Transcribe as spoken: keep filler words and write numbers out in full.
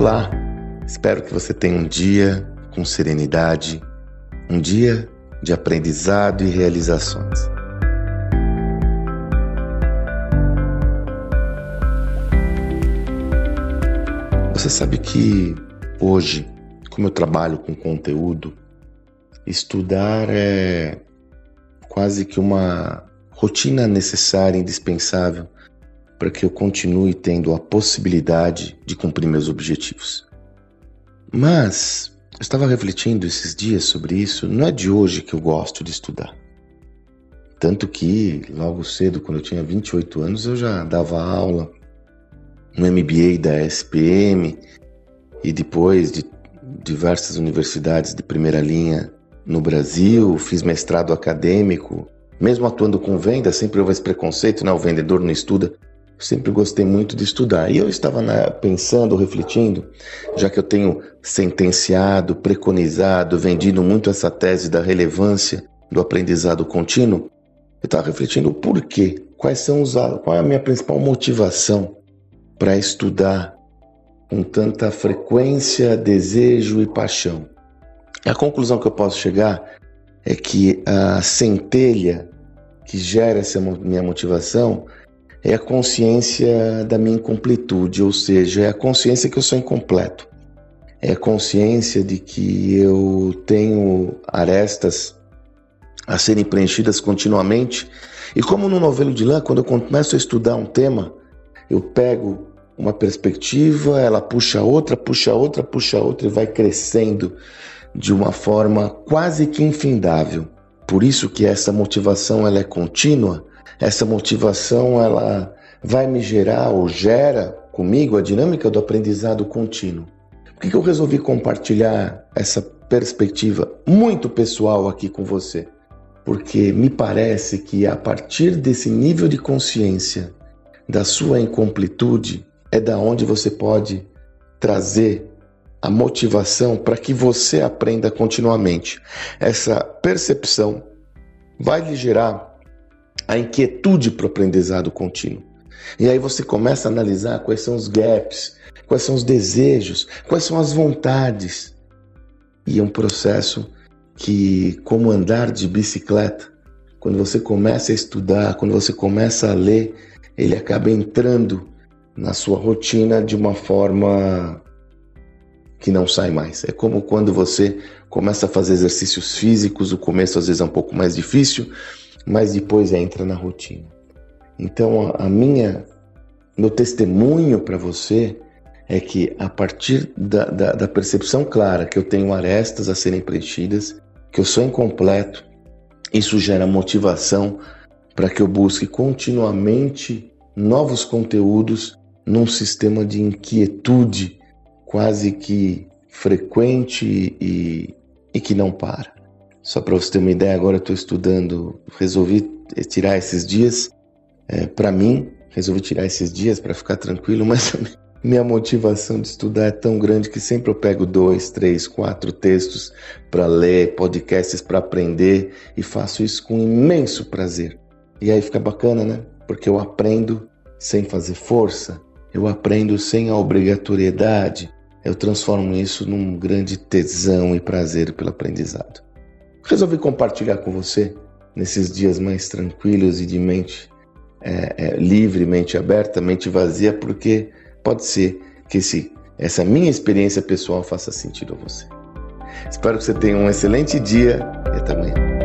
Olá, espero que você tenha um dia com serenidade, um dia de aprendizado e realizações. Você sabe que hoje, como eu trabalho com conteúdo, estudar é quase que uma rotina necessária e indispensável para que eu continue tendo a possibilidade de cumprir meus objetivos. Mas eu estava refletindo esses dias sobre isso, não é de hoje que eu gosto de estudar. Tanto que, logo cedo, quando eu tinha vinte e oito anos, eu já dava aula no M B A da E S P M e depois de diversas universidades de primeira linha no Brasil, fiz mestrado acadêmico, mesmo atuando com venda, sempre houve esse preconceito, né? O vendedor não estuda. Eu sempre gostei muito de estudar. E eu estava né, pensando, refletindo, já que eu tenho sentenciado, preconizado, vendido muito essa tese da relevância do aprendizado contínuo, eu estava refletindo o porquê, quais são os, qual é a minha principal motivação para estudar com tanta frequência, desejo e paixão. A conclusão que eu posso chegar é que a centelha que gera essa minha motivação é a consciência da minha incompletude, ou seja, é a consciência que eu sou incompleto. É a consciência de que eu tenho arestas a serem preenchidas continuamente. E como no novelo de lã, quando eu começo a estudar um tema, eu pego uma perspectiva, ela puxa outra, puxa outra, puxa outra e vai crescendo de uma forma quase que infindável. Por isso que essa motivação ela é contínua, essa motivação ela vai me gerar ou gera comigo a dinâmica do aprendizado contínuo. Por que que eu resolvi compartilhar essa perspectiva muito pessoal aqui com você? Porque me parece que a partir desse nível de consciência da sua incompletude é da onde você pode trazer a motivação para que você aprenda continuamente. Essa percepção vai lhe gerar a inquietude para o aprendizado contínuo. E aí você começa a analisar quais são os gaps, quais são os desejos, quais são as vontades. E é um processo que, como andar de bicicleta, quando você começa a estudar, quando você começa a ler, ele acaba entrando na sua rotina de uma forma que não sai mais. É como quando você começa a fazer exercícios físicos, o começo às vezes é um pouco mais difícil, mas depois entra na rotina. Então a minha, meu testemunho para você é que a partir da, da, da percepção clara que eu tenho arestas a serem preenchidas, que eu sou incompleto, isso gera motivação para que eu busque continuamente novos conteúdos num sistema de inquietude quase que frequente e, e que não para. Só para você ter uma ideia, agora eu estou estudando, resolvi tirar esses dias, é, para mim, resolvi tirar esses dias para ficar tranquilo, mas minha motivação de estudar é tão grande que sempre eu pego dois, três, quatro textos para ler, podcasts para aprender e faço isso com imenso prazer. E aí fica bacana, né? Porque eu aprendo sem fazer força, eu aprendo sem a obrigatoriedade, eu transformo isso num grande tesão e prazer pelo aprendizado. Resolvi compartilhar com você nesses dias mais tranquilos e de mente é, é, livre, mente aberta, mente vazia, porque pode ser que esse, essa minha experiência pessoal faça sentido a você. Espero que você tenha um excelente dia e até amanhã.